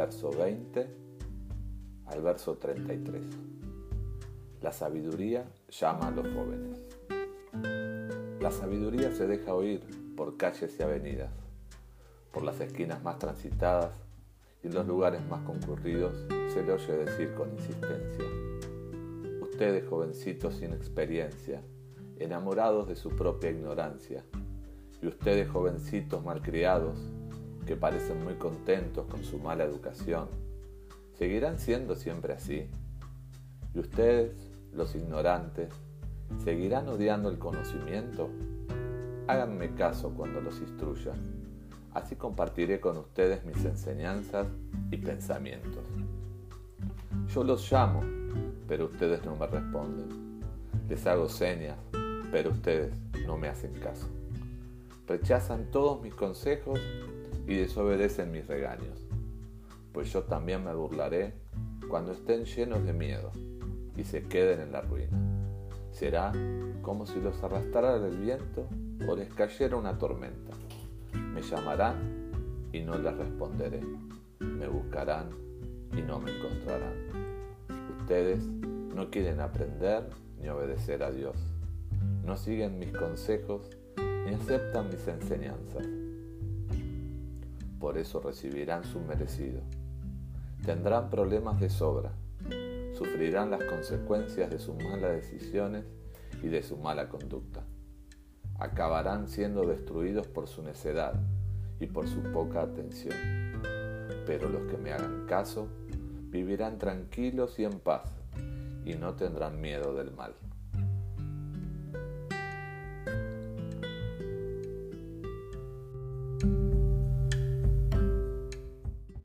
verso 20 al verso 33. La sabiduría llama a los jóvenes. La sabiduría se deja oír por calles y avenidas, por las esquinas más transitadas y en los lugares más concurridos se le oye decir con insistencia: ustedes, jovencitos sin experiencia, enamorados de su propia ignorancia, y ustedes, jovencitos malcriados, que parecen muy contentos con su mala educación, ¿seguirán siendo siempre así? ¿Y ustedes, los ignorantes, seguirán odiando el conocimiento? Háganme caso cuando los instruya, así compartiré con ustedes mis enseñanzas y pensamientos. Yo los llamo, pero ustedes no me responden. Les hago señas, pero ustedes no me hacen caso. Rechazan todos mis consejos y desobedecen mis regaños, pues yo también me burlaré cuando estén llenos de miedo y se queden en la ruina. Será como si los arrastrara el viento o les cayera una tormenta. Me llamarán y no les responderé. Me buscarán y no me encontrarán. Ustedes no quieren aprender ni obedecer a Dios. No siguen mis consejos ni aceptan mis enseñanzas. Por eso recibirán su merecido. Tendrán problemas de sobra. Sufrirán las consecuencias de sus malas decisiones y de su mala conducta. Acabarán siendo destruidos por su necedad y por su poca atención. Pero los que me hagan caso vivirán tranquilos y en paz y no tendrán miedo del mal.